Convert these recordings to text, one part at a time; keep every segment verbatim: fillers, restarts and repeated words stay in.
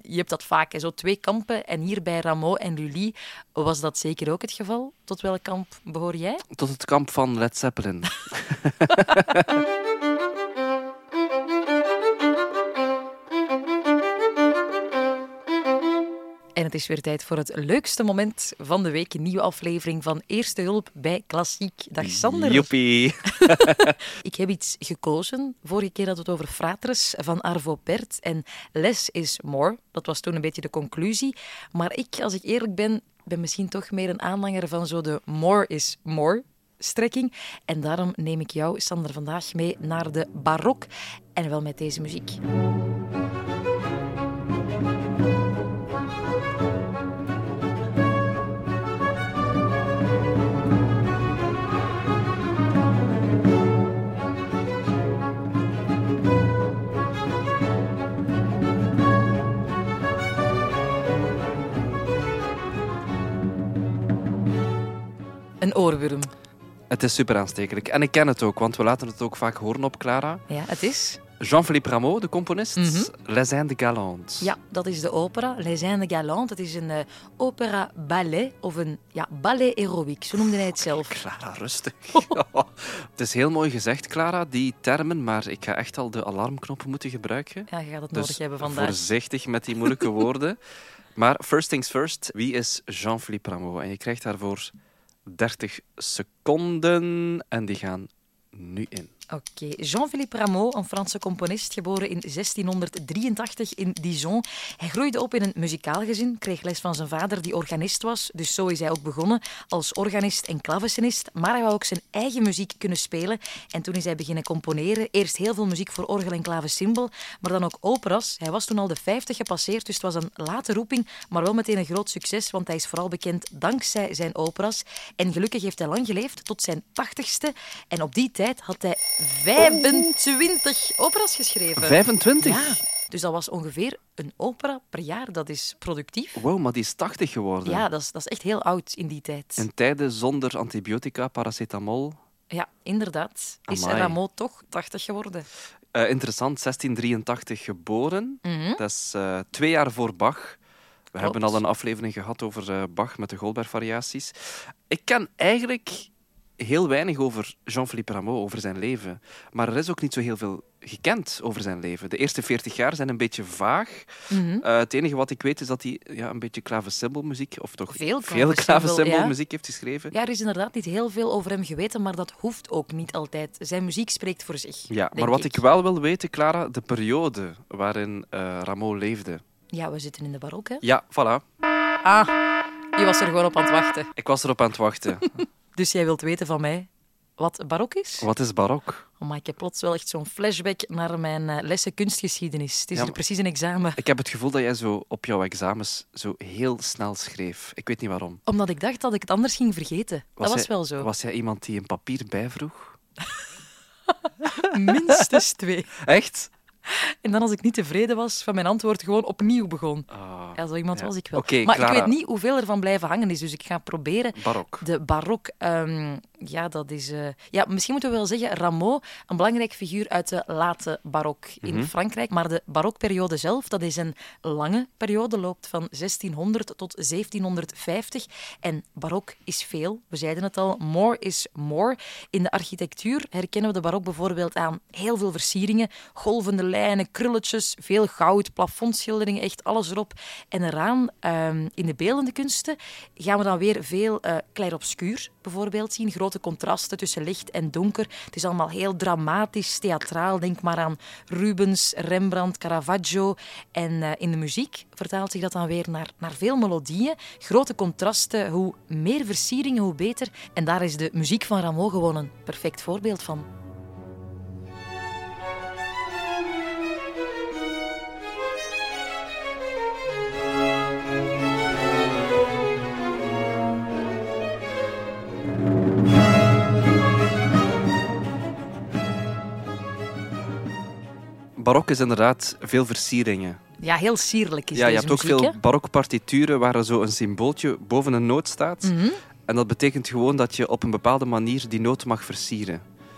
je hebt dat vaak, hè, zo twee kampen. En hier bij Rameau en Lully was dat zeker ook het geval. Tot welk kamp behoor jij? Tot het kamp van Led Zeppelin. En het is weer tijd voor het leukste moment van de week. Een nieuwe aflevering van Eerste Hulp bij Klassiek. Dag Sander. Joepie. Ik heb iets gekozen. Vorige keer hadden we het over Fratres van Arvo Pärt. En less is more. Dat was toen een beetje de conclusie. Maar ik, als ik eerlijk ben, ben misschien toch meer een aanhanger van zo de more is more strekking. En daarom neem ik jou, Sander, vandaag mee naar de barok. En wel met deze muziek. Een oorworm. Het is super aanstekelijk. En ik ken het ook, want we laten het ook vaak horen op Clara. Ja, het is... Jean-Philippe Rameau, de componist. Mm-hmm. Les Indes Galantes. Ja, dat is de opera. Les Indes Galantes. Het is een uh, opera-ballet of een ja, ballet aerobiek. Zo noemde hij het zelf. Clara, rustig. Ja. Het is heel mooi gezegd, Clara, die termen, maar ik ga echt al de alarmknoppen moeten gebruiken. Ja, je gaat het dus nodig hebben vandaag. Voorzichtig met die moeilijke woorden. Maar first things first, wie is Jean-Philippe Rameau? En je krijgt daarvoor dertig seconden en die gaan nu in. Oké. Okay. Jean-Philippe Rameau, een Franse componist, geboren in zestienhonderddrieëntachtig in Dijon. Hij groeide op in een muzikaal gezin, kreeg les van zijn vader die organist was. Dus zo is hij ook begonnen als organist en klavecinist. Maar hij wou ook zijn eigen muziek kunnen spelen. En toen is hij beginnen componeren. Eerst heel veel muziek voor orgel en klavecimbal, maar dan ook operas. Hij was toen al de vijftig gepasseerd, dus het was een late roeping, maar wel meteen een groot succes, want hij is vooral bekend dankzij zijn operas. En gelukkig heeft hij lang geleefd, tot zijn tachtigste. En op die tijd had hij vijfentwintig operas geschreven. vijfentwintig? Ja, dus dat was ongeveer een opera per jaar. Dat is productief. Wow, maar die is tachtig geworden. Ja, dat is, dat is echt heel oud in die tijd. In tijden zonder antibiotica, paracetamol. Ja, inderdaad. Is Amai. Rameau toch tachtig geworden. Uh, interessant, zestien drieëntachtig geboren. Mm-hmm. Dat is uh, twee jaar voor Bach. We Klopt. hebben al een aflevering gehad over uh, Bach met de Goldberg-variaties. Ik ken eigenlijk heel weinig over Jean-Philippe Rameau, over zijn leven. Maar er is ook niet zo heel veel gekend over zijn leven. De eerste veertig jaar zijn een beetje vaag. Mm-hmm. Uh, het enige wat ik weet is dat hij ja, een beetje klavecimbalmuziek, of toch Veel veel klavecimbalmuziek heeft geschreven. Ja, er is inderdaad niet heel veel over hem geweten, maar dat hoeft ook niet altijd. Zijn muziek spreekt voor zich. Ja, maar wat ik. ik wel wil weten, Clara, de periode waarin uh, Rameau leefde. Ja, we zitten in de barok, hè? Ja, voilà. Ah, je was er gewoon op aan het wachten. Ik was erop aan het wachten. Dus jij wilt weten van mij wat barok is? Wat is barok? Oh, maar ik heb plots wel echt zo'n flashback naar mijn uh, lessen kunstgeschiedenis. Het is Ja, er precies een examen. Ik heb het gevoel dat jij zo op jouw examens zo heel snel schreef. Ik weet niet waarom. Omdat ik dacht dat ik het anders ging vergeten. Was dat was jij, wel zo. Was jij iemand die een papier bijvroeg? Minstens twee. Echt? En dan, als ik niet tevreden was van mijn antwoord, gewoon opnieuw begon. Oh, Ja, zo iemand ja. was ik wel. Okay, maar Clara. ik weet niet hoeveel ervan blijven hangen is, dus ik ga proberen. Barok. De barok, um, ja, dat is... Uh, ja, misschien moeten we wel zeggen, Rameau, een belangrijk figuur uit de late barok in Mm-hmm. Frankrijk. Maar de barokperiode zelf, dat is een lange periode, loopt van zestienhonderd tot zeventienhonderdvijftig. En barok is veel, we zeiden het al, more is more. In de architectuur herkennen we de barok bijvoorbeeld aan heel veel versieringen, golvende lijnen, krulletjes, veel goud, plafondschilderingen, echt alles erop en eraan. Um, in de beeldende kunsten gaan we dan weer veel uh, clair-obscuur bijvoorbeeld zien. Grote contrasten tussen licht en donker. Het is allemaal heel dramatisch, theatraal. Denk maar aan Rubens, Rembrandt, Caravaggio. En uh, in de muziek vertaalt zich dat dan weer naar, naar veel melodieën. Grote contrasten. Hoe meer versieringen, hoe beter. En daar is de muziek van Rameau gewoon een perfect voorbeeld van. Barok is inderdaad veel versieringen. Ja, heel sierlijk is ja, deze je hebt ook muziek, veel hè? barokpartituren waar er zo een symbooltje boven een noot staat. Mm-hmm. En dat betekent gewoon dat je op een bepaalde manier die noot mag versieren.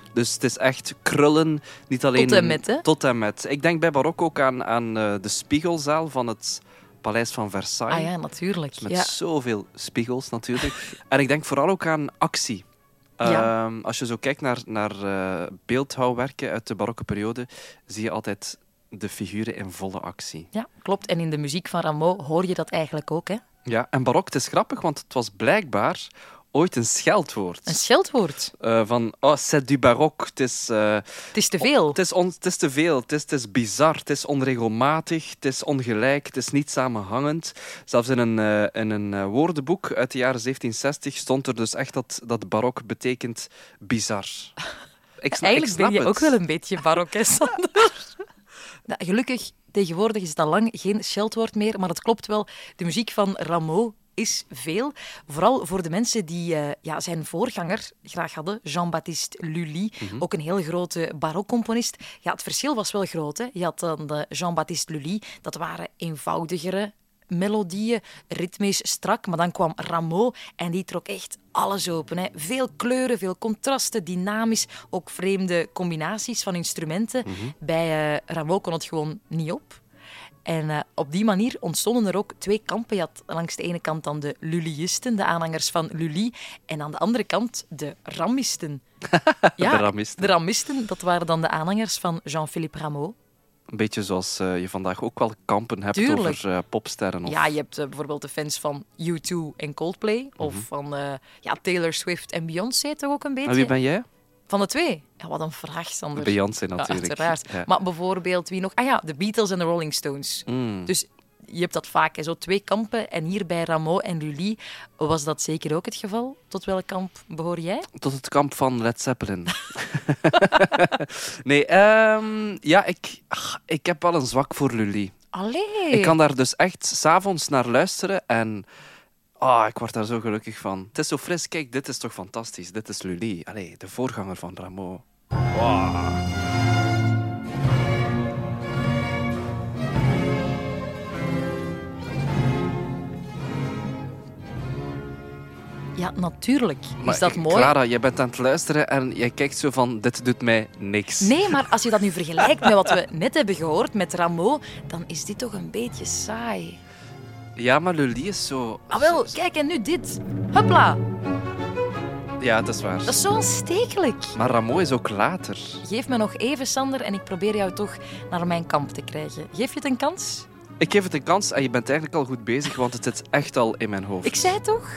Dus het is echt krullen, niet alleen... Tot en met, hè? Tot en met. Ik denk bij barok ook aan, aan uh, de spiegelzaal van het Paleis van Versailles. Ah ja, natuurlijk. Dus met ja. zoveel spiegels, natuurlijk. En ik denk vooral ook aan actie. Ja. Uh, als je zo kijkt naar, naar uh, beeldhouwwerken uit de barokke periode, zie je altijd de figuren in volle actie. Ja, klopt. En in de muziek van Rameau hoor je dat eigenlijk ook, hè? Ja, en barok, het is grappig, want het was blijkbaar ooit een scheldwoord. Een scheldwoord? Uh, van, oh, c'est du baroque. Het is... Uh, het is te veel. Het is, on, het is te veel. Het is, het is bizar. Het is onregelmatig. Het is ongelijk. Het is niet samenhangend. Zelfs in een, uh, in een uh, woordenboek uit de jaren zeventien zestig stond er dus echt dat, dat barok betekent bizar. Ik snap, Eigenlijk ik snap ben je het. ook wel een beetje barok, hè, Sander? Nou, gelukkig, tegenwoordig is het al lang geen scheldwoord meer, maar het klopt wel. De muziek van Rameau is veel. Vooral voor de mensen die uh, ja, zijn voorganger graag hadden, Jean-Baptiste Lully, mm-hmm. ook een heel grote barokcomponist. Ja, het verschil was wel groot. Hè. Je had dan de Jean-Baptiste Lully, dat waren eenvoudigere melodieën, ritmisch strak, maar dan kwam Rameau en die trok echt alles open. Hè. Veel kleuren, veel contrasten, dynamisch, ook vreemde combinaties van instrumenten. Mm-hmm. Bij uh, Rameau kon het gewoon niet op. En uh, op die manier ontstonden er ook twee kampen. Je had langs de ene kant dan de Lullyisten, de aanhangers van Lully, en aan de andere kant de Ramisten. Ja, de Ramisten. De Ramisten, dat waren dan de aanhangers van Jean-Philippe Rameau. Een beetje zoals uh, je vandaag ook wel kampen hebt Tuurlijk. over uh, popsterren. Of... Ja, je hebt uh, bijvoorbeeld de fans van U twee en Coldplay. Mm-hmm. Of van uh, ja, Taylor Swift en Beyoncé toch ook een beetje. En wie ben jij? Van de twee? Ja, wat een vraag, Sander. Beyoncé natuurlijk. Ja, uiteraard. Ja. Maar bijvoorbeeld wie nog? Ah ja, de Beatles en de Rolling Stones. Mm. Dus je hebt dat vaak, hè, zo twee kampen. En hier bij Rameau en Lully was dat zeker ook het geval. Tot welk kamp behoor jij? Tot het kamp van Led Zeppelin. nee, um, ja, ik, ach, ik heb wel een zwak voor Lully. Allee. Ik kan daar dus echt 's avonds naar luisteren en... Oh, ik word daar zo gelukkig van. Het is zo fris. Kijk, dit is toch fantastisch. Dit is Lully. Allee, de voorganger van Rameau. Wow. Ja, natuurlijk. Maar is dat mooi? Clara, jij bent aan het luisteren en jij kijkt zo van, dit doet mij niks. Nee, maar als je dat nu vergelijkt met wat we net hebben gehoord met Rameau, dan is dit toch een beetje saai. Ja, maar Lully is zo... Ah wel, kijk, en nu dit. Hopla. Ja, dat is waar. Dat is zo aanstekelijk. Maar Rameau is ook later. Geef me nog even, Sander, en ik probeer jou toch naar mijn kamp te krijgen. Geef je het een kans? Ik geef het een kans en je bent eigenlijk al goed bezig, want het zit echt al in mijn hoofd. Ik zei het toch?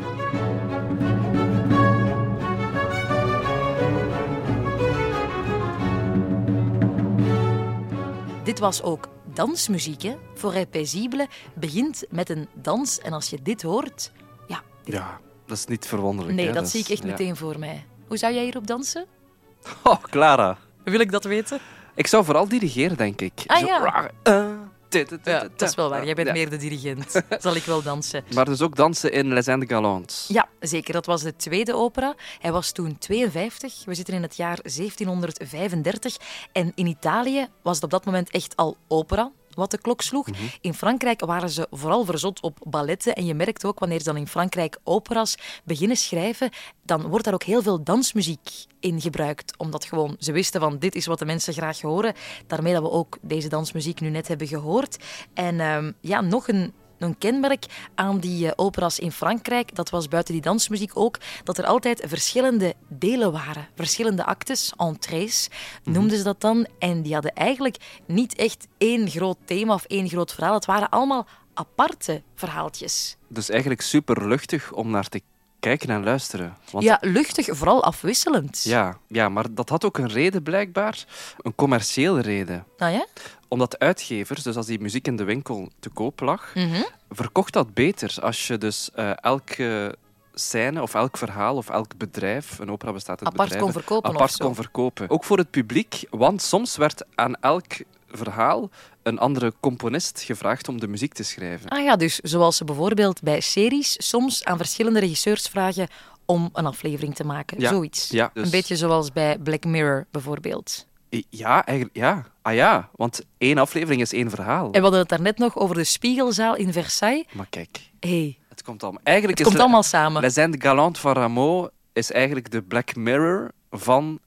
Dit was ook dansmuziek, hè? Forêt paisible begint met een dans en als je dit hoort... Ja, dit... ja dat is niet verwonderlijk. Nee, hè? dat, dat zie is, ik echt ja. meteen voor mij. Hoe zou jij hierop dansen? Oh, Clara. Wil ik dat weten? Ik zou vooral dirigeren, denk ik. Ah Zo, ja. Uh, Ja, dat is wel waar. Jij bent ja. meer de dirigent. Zal ik wel dansen. Maar dus ook dansen in Les Indes Galantes. Ja, zeker. Dat was de tweede opera. Hij was toen tweeënvijftig. We zitten in het jaar zeventienhonderdvijfendertig. En in Italië was het op dat moment echt al opera wat de klok sloeg. Mm-hmm. In Frankrijk waren ze vooral verzot op balletten. En je merkt ook, wanneer ze dan in Frankrijk operas beginnen schrijven, dan wordt daar ook heel veel dansmuziek in gebruikt. Omdat gewoon ze wisten van, dit is wat de mensen graag horen. Daarmee dat we ook deze dansmuziek nu net hebben gehoord. En um, ja, nog een... Een kenmerk aan die uh, operas in Frankrijk, dat was buiten die dansmuziek ook, dat er altijd verschillende delen waren. Verschillende actes, entrées, noemden ze dat dan. En die hadden eigenlijk niet echt één groot thema of één groot verhaal. Het waren allemaal aparte verhaaltjes. Dus eigenlijk super luchtig om naar te kijken en luisteren. Want... Ja, luchtig, vooral afwisselend. Ja, ja, maar dat had ook een reden blijkbaar. Een commerciële reden. Ah ja? Omdat uitgevers, dus als die muziek in de winkel te koop lag, mm-hmm. verkocht dat beter als je dus uh, elke scène of elk verhaal of elk bedrijf, een opera bestaat uit apart bedrijven, kon verkopen apart of zo. kon verkopen. Ook voor het publiek, want soms werd aan elk verhaal een andere componist gevraagd om de muziek te schrijven. Ah ja, dus zoals ze bijvoorbeeld bij series soms aan verschillende regisseurs vragen om een aflevering te maken. Ja, Zoiets. Ja, dus... Een beetje zoals bij Black Mirror bijvoorbeeld. Ja, eigenlijk, ja. Ah ja, want één aflevering is één verhaal. En we hadden het daarnet nog over de Spiegelzaal in Versailles. Maar kijk, hey, het komt allemaal, eigenlijk het is komt Le... allemaal samen. Les Indes Galantes van Rameau is eigenlijk de Black Mirror van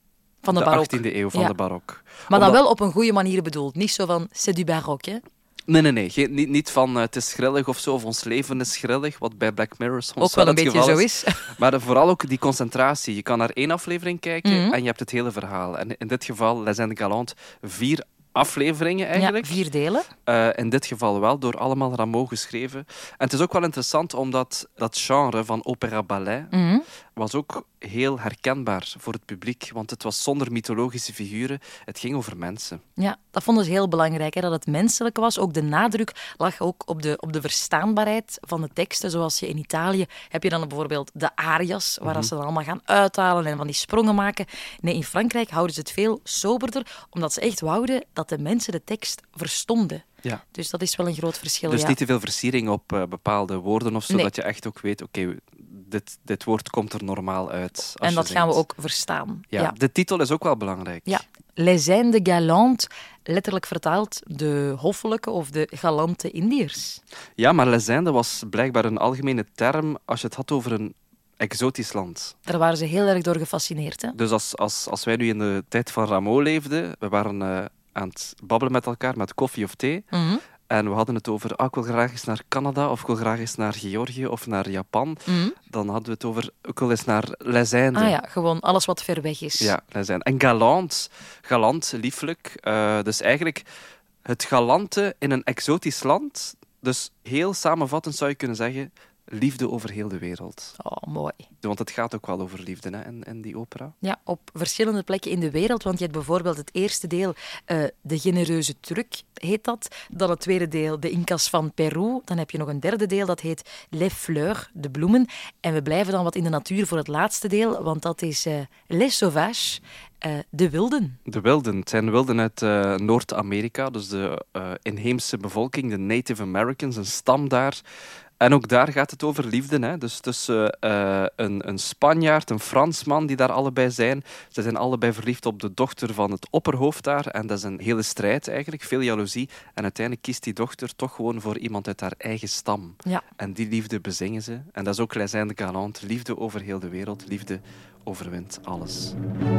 Van de, de barok. achttiende eeuw, van Ja. de barok. Maar dan Omdat- wel op een goede manier bedoeld. Niet zo van, c'est du baroque, hè? Nee, nee, nee. Geen, niet, niet van uh, het is grillig of zo, of ons leven is grillig, wat bij Black Mirror soms Ook wel een het beetje geval zo is. is. Maar vooral ook die concentratie. Je kan naar één aflevering kijken Mhm. en je hebt het hele verhaal. En in dit geval, Les Indes Galantes, vier afleveringen Ja, eigenlijk. vier delen. Uh, in dit geval wel, door allemaal Rameau geschreven. En het is ook wel interessant, omdat dat genre van opera-ballet Mhm. was ook heel herkenbaar voor het publiek. Want het was zonder mythologische figuren. Het ging over mensen. Ja, dat vonden ze heel belangrijk, hè, dat het menselijk was. Ook de nadruk lag ook op de, op de verstaanbaarheid van de teksten. Zoals je in Italië heb je dan bijvoorbeeld de arias, waar Mhm. ze dan allemaal gaan uithalen en van die sprongen maken. Nee, in Frankrijk houden ze het veel soberder, omdat ze echt wouden dat de mensen de tekst verstonden. Ja. Dus dat is wel een groot verschil. Dus ja. niet te veel versiering op uh, bepaalde woorden of zo, Nee. dat je echt ook weet, oké, okay, dit, dit woord komt er normaal uit. Als En je dat gaan we zingt. ook verstaan. Ja, Ja. de titel is ook wel belangrijk. Ja. Les Indes Galantes, letterlijk vertaald de hoffelijke of de galante Indiërs. Ja, maar Les Indes was blijkbaar een algemene term als je het had over een exotisch land. Daar waren ze heel erg door gefascineerd. Hè? Dus als, als, als wij nu in de tijd van Rameau leefden, we waren uh, aan het babbelen met elkaar met koffie of thee, Mhm. en we hadden het over, ah, ik wil graag eens naar Canada, of ik wil graag eens naar Georgië of naar Japan. Mhm. Dan hadden we het over, ik wil eens naar Les Indes. Ah ja, gewoon alles wat ver weg is. Ja, Les Indes. En galant, galant, lieflijk. Uh, dus eigenlijk het galante in een exotisch land. Dus heel samenvattend zou je kunnen zeggen, liefde over heel de wereld. Oh, mooi. Want het gaat ook wel over liefde, hè, in, in die opera. Ja, op verschillende plekken in de wereld. Want je hebt bijvoorbeeld het eerste deel, uh, De Genereuze Truc, heet dat. Dan het tweede deel, De Incas van Peru. Dan heb je nog een derde deel, dat heet Les Fleurs, de bloemen. En we blijven dan wat in de natuur voor het laatste deel, want dat is uh, Les Sauvages, uh, de wilden. De wilden. Het zijn wilden uit uh, Noord-Amerika, dus de uh, inheemse bevolking, de Native Americans, een stam daar. En ook daar gaat het over liefde. Hè? Dus tussen uh, een, een Spanjaard, een Fransman die daar allebei zijn. Ze zijn allebei verliefd op de dochter van het opperhoofd daar. En dat is een hele strijd eigenlijk, veel jaloezie. En uiteindelijk kiest die dochter toch gewoon voor iemand uit haar eigen stam. Ja. En die liefde bezingen ze. En dat is ook Les Indes Galantes. Liefde over heel de wereld. Liefde overwint alles.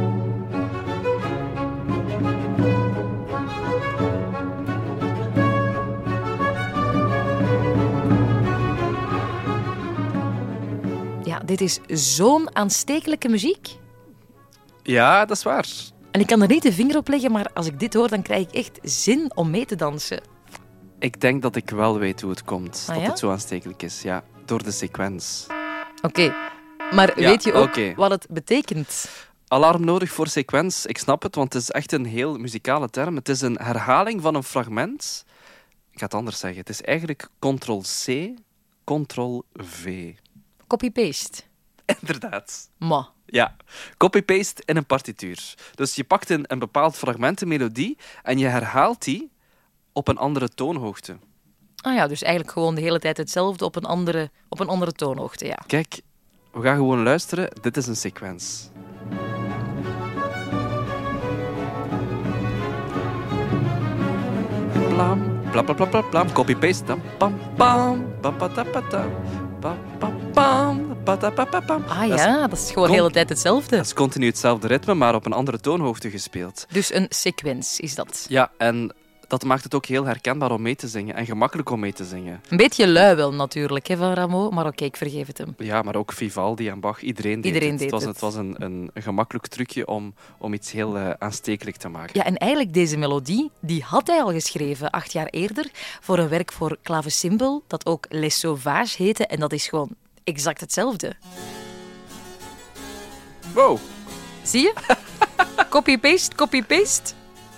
Ja, dit is zo'n aanstekelijke muziek. Ja, dat is waar. En ik kan er niet de vinger op leggen, maar als ik dit hoor, dan krijg ik echt zin om mee te dansen. Ik denk dat ik wel weet hoe het komt, Ah, dat ja? het zo aanstekelijk is. Ja, door de sequence. Oké, okay. maar Ja, weet je ook okay. wat het betekent? Alarm nodig voor sequence, ik snap het, want het is echt een heel muzikale term. Het is een herhaling van een fragment. Ik ga het anders zeggen. Het is eigenlijk control-C, control-V. Copy-paste. Inderdaad. Ma. Ja, copy-paste in een partituur. Dus je pakt een, een bepaald fragment, een melodie, en je herhaalt die op een andere toonhoogte. Ah ja, dus eigenlijk gewoon de hele tijd hetzelfde op een andere, op een andere toonhoogte, ja. Kijk, we gaan gewoon luisteren. Dit is een sequence. Plam, plam, plam, plam, plam, copy-paste. Pam, pam, pam, pam, pam, pam, pam, pam, pam, pam, pam. Ah ja, dat is gewoon de hele tijd hetzelfde. Dat is continu hetzelfde ritme, maar op een andere toonhoogte gespeeld. Dus een sequence is dat. Ja, en dat maakt het ook heel herkenbaar om mee te zingen en gemakkelijk om mee te zingen. Een beetje lui wel natuurlijk, hè, van Rameau, maar oké, okay, ik vergeef het hem. Ja, maar ook Vivaldi en Bach, iedereen deed iedereen het. Deed het was, het. het was een, een, een gemakkelijk trucje om, om iets heel uh, aanstekelijk te maken. Ja, en eigenlijk deze melodie, die had hij al geschreven, acht jaar eerder, voor een werk voor klavecimbal, dat ook Les Sauvages heette, en dat is gewoon exact hetzelfde. Wow. Zie je? Copy-paste, copy-paste.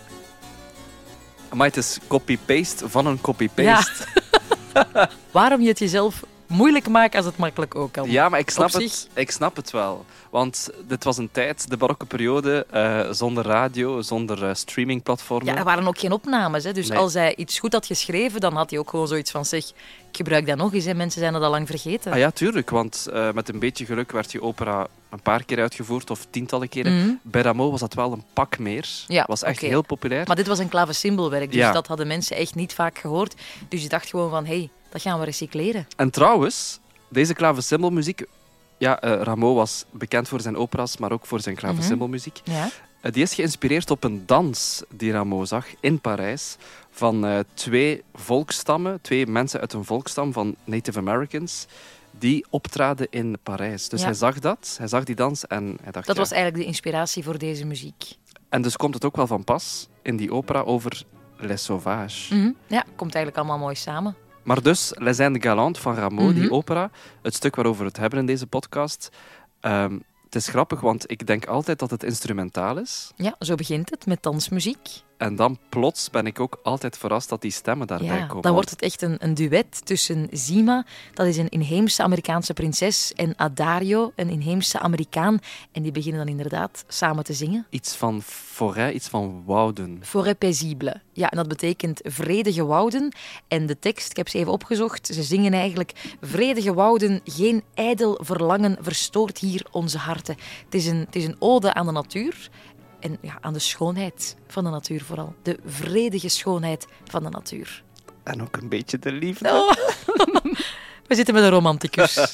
Maar het is copy-paste van een copy-paste. Ja. Waarom je het jezelf moeilijk maakt als het makkelijk ook kan? Ja, maar ik snap, Op het, zich. ik snap het wel. Want dit was een tijd, de barokke periode, uh, zonder radio, zonder uh, streamingplatformen. Ja, er waren ook geen opnames. Hè. Dus Nee. als hij iets goed had geschreven, dan had hij ook gewoon zoiets van, zeg, ik gebruik dat nog eens. Hè. Mensen zijn dat al lang vergeten. Ah ja, tuurlijk. Want uh, met een beetje geluk werd die opera een paar keer uitgevoerd, of tientallen keren. Mm. Bij Rameau was dat wel een pak meer. Ja, was echt okay. heel populair. Maar dit was een klavecimbalwerk, dus Ja. dat hadden mensen echt niet vaak gehoord. Dus je dacht gewoon van, hé, hey, dat gaan we recycleren. En trouwens, deze klavecimbalmuziek... Ja, uh, Rameau was bekend voor zijn operas, maar ook voor zijn klavecimbalmuziek. Ja. Die is geïnspireerd op een dans die Rameau zag in Parijs van uh, twee volksstammen, twee mensen uit een volksstam van Native Americans die optraden in Parijs. Dus ja. hij zag dat, hij zag die dans en hij dacht... Dat ja. was eigenlijk de inspiratie voor deze muziek. En dus komt het ook wel van pas in die opera over Les Sauvages. Mm-hmm. Ja, komt eigenlijk allemaal mooi samen. Maar dus, Les Indes Galantes van Rameau, mm-hmm. die opera, het stuk waarover we het hebben in deze podcast... Um, het is grappig, want ik denk altijd dat het instrumentaal is. Ja, zo begint het, met dansmuziek. En dan plots ben ik ook altijd verrast dat die stemmen daarbij ja, komen. Dan wordt het echt een, een duet tussen Zima, dat is een inheemse Amerikaanse prinses, en Addario, een inheemse Amerikaan. En die beginnen dan inderdaad samen te zingen. Iets van forêt, iets van wouden. Forêt paisible. Ja, en dat betekent vredige wouden. En de tekst, ik heb ze even opgezocht, ze zingen eigenlijk: vredige wouden, geen ijdel verlangen verstoort hier onze harten. Het is een, het is een ode aan de natuur. En ja, aan de schoonheid van de natuur vooral. De vredige schoonheid van de natuur. En ook een beetje de liefde. Oh. We zitten met een romanticus.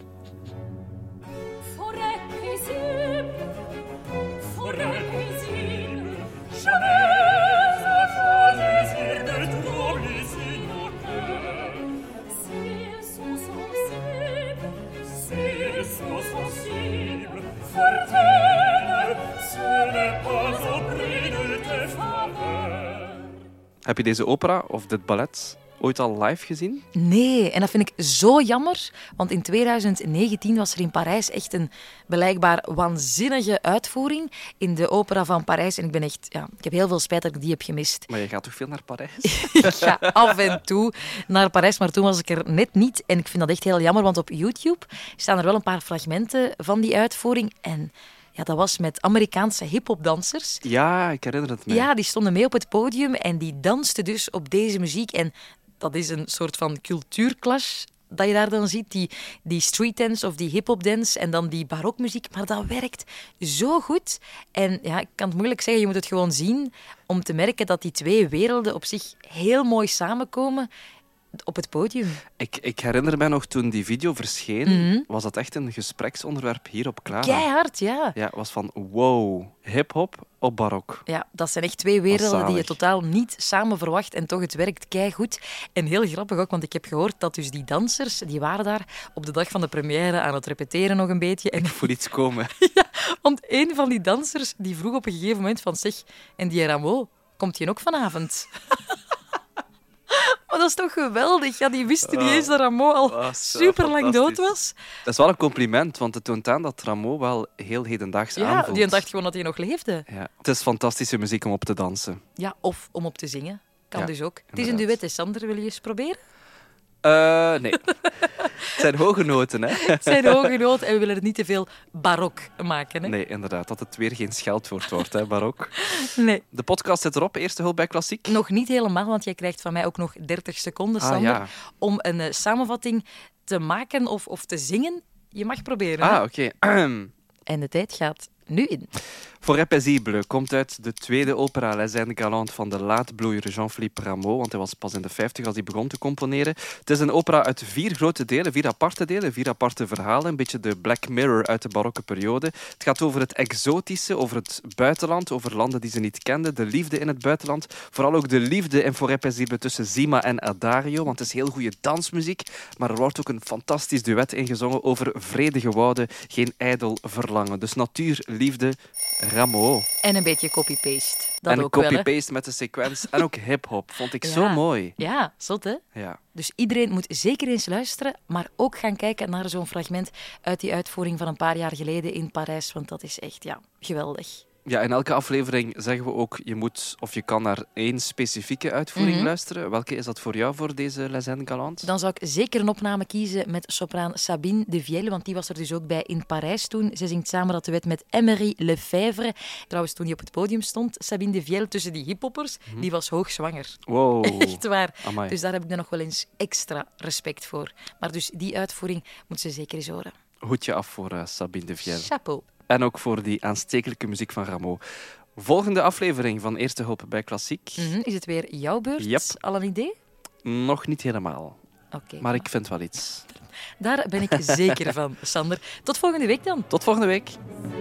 Heb je deze opera of dit ballet ooit al live gezien? Nee, en dat vind ik zo jammer. Want in twintig negentien was er in Parijs echt een blijkbaar waanzinnige uitvoering in de opera van Parijs. En ik ben echt, ja, ik heb heel veel spijt dat ik die heb gemist. Maar je gaat toch veel naar Parijs? Ik ga af en toe naar Parijs, maar toen was ik er net niet. En ik vind dat echt heel jammer, want op YouTube staan er wel een paar fragmenten van die uitvoering. En ja, dat was met Amerikaanse hip-hopdansers. Ja, ik herinner het me. Ja, die stonden mee op het podium en die dansten dus op deze muziek. En dat is een soort van cultuurclash dat je daar dan ziet. Die, die streetdance of die hip-hopdance en dan die barokmuziek. Maar dat werkt zo goed. En ja, ik kan het moeilijk zeggen, je moet het gewoon zien om te merken dat die twee werelden op zich heel mooi samenkomen op het podium. Ik, ik herinner me nog toen die video verscheen, mm-hmm. was dat echt een gespreksonderwerp hier op Clara. Keihard, ja. Ja, het was van wow, hip-hop op barok. Ja, dat zijn echt twee werelden die je totaal niet samen verwacht en toch, het werkt keigoed. En heel grappig ook, want ik heb gehoord dat dus die dansers, die waren daar op de dag van de première aan het repeteren nog een beetje. En ik voel iets komen. Ja, want een van die dansers die vroeg op een gegeven moment van zeg, en die Rameau, komt die ook vanavond? Maar dat is toch geweldig? Ja, die wisten niet eens dat Rameau al oh, super lang dood was. Dat is wel een compliment, want het toont aan dat Rameau wel heel hedendaags ja, aanvoelt. Ja, die dacht gewoon dat hij nog leefde. Ja. Het is fantastische muziek om op te dansen. Ja, of om op te zingen. Kan ja, dus ook. Inderdaad. Het is een duet, hè, Sander. Wil je eens proberen? Uh, nee. Het zijn hoge noten, hè? Het zijn hoge noten en we willen het niet te veel barok maken, hè? Nee, inderdaad. Dat het weer geen scheldwoord wordt, hè, barok. Nee. De podcast zit erop. Eerste hulp bij Klassiek. Nog niet helemaal, want jij krijgt van mij ook nog dertig seconden, Sander, ah, ja. om een uh, samenvatting te maken of, of te zingen. Je mag proberen. Ah, oké. Okay. En de tijd gaat nu in. Forêt paisible komt uit de tweede opera Les Indes Galantes van de laatbloeier Jean-Philippe Rameau, want hij was pas in de vijftig als hij begon te componeren. Het is een opera uit vier grote delen, vier aparte delen, vier aparte verhalen, een beetje de Black Mirror uit de barokke periode. Het gaat over het exotische, over het buitenland, over landen die ze niet kenden, de liefde in het buitenland, vooral ook de liefde in Forêt paisible tussen Zima en Addario, want het is heel goede dansmuziek, maar er wordt ook een fantastisch duet ingezongen over vredige wouden, geen ijdel verlangen. Dus natuur, liefde, Rameau. En een beetje copy-paste. Dat en ook copy-paste met de sequence. En ook hip-hop. Vond ik ja. zo mooi. Ja, zot hè? Ja. Dus iedereen moet zeker eens luisteren, maar ook gaan kijken naar zo'n fragment uit die uitvoering van een paar jaar geleden in Parijs, want dat is echt, ja, geweldig. Ja, in elke aflevering zeggen we ook, je moet of je kan naar één specifieke uitvoering mm-hmm. luisteren. Welke is dat voor jou, voor deze Les Indes Galantes? Dan zou ik zeker een opname kiezen met sopraan Sabine de Vielle, want die was er dus ook bij in Parijs toen. Ze zingt samen dat duet met Emery Lefebvre. Trouwens, toen die op het podium stond, Sabine de Vielle tussen die hiphoppers, mm-hmm. die was hoogzwanger. Wow. Echt waar. Amai. Dus daar heb ik dan nog wel eens extra respect voor. Maar dus die uitvoering moet ze zeker eens horen. Hoedje af voor uh, Sabine de Vielle. Chapeau. En ook voor die aanstekelijke muziek van Rameau. Volgende aflevering van Eerste Hulp bij Klassiek. Mm-hmm. Is het weer jouw beurt? Yep. Al een idee? Nog niet helemaal. Okay, maar ik vind wel iets. Daar ben ik zeker van, Sander. Tot volgende week dan. Tot volgende week.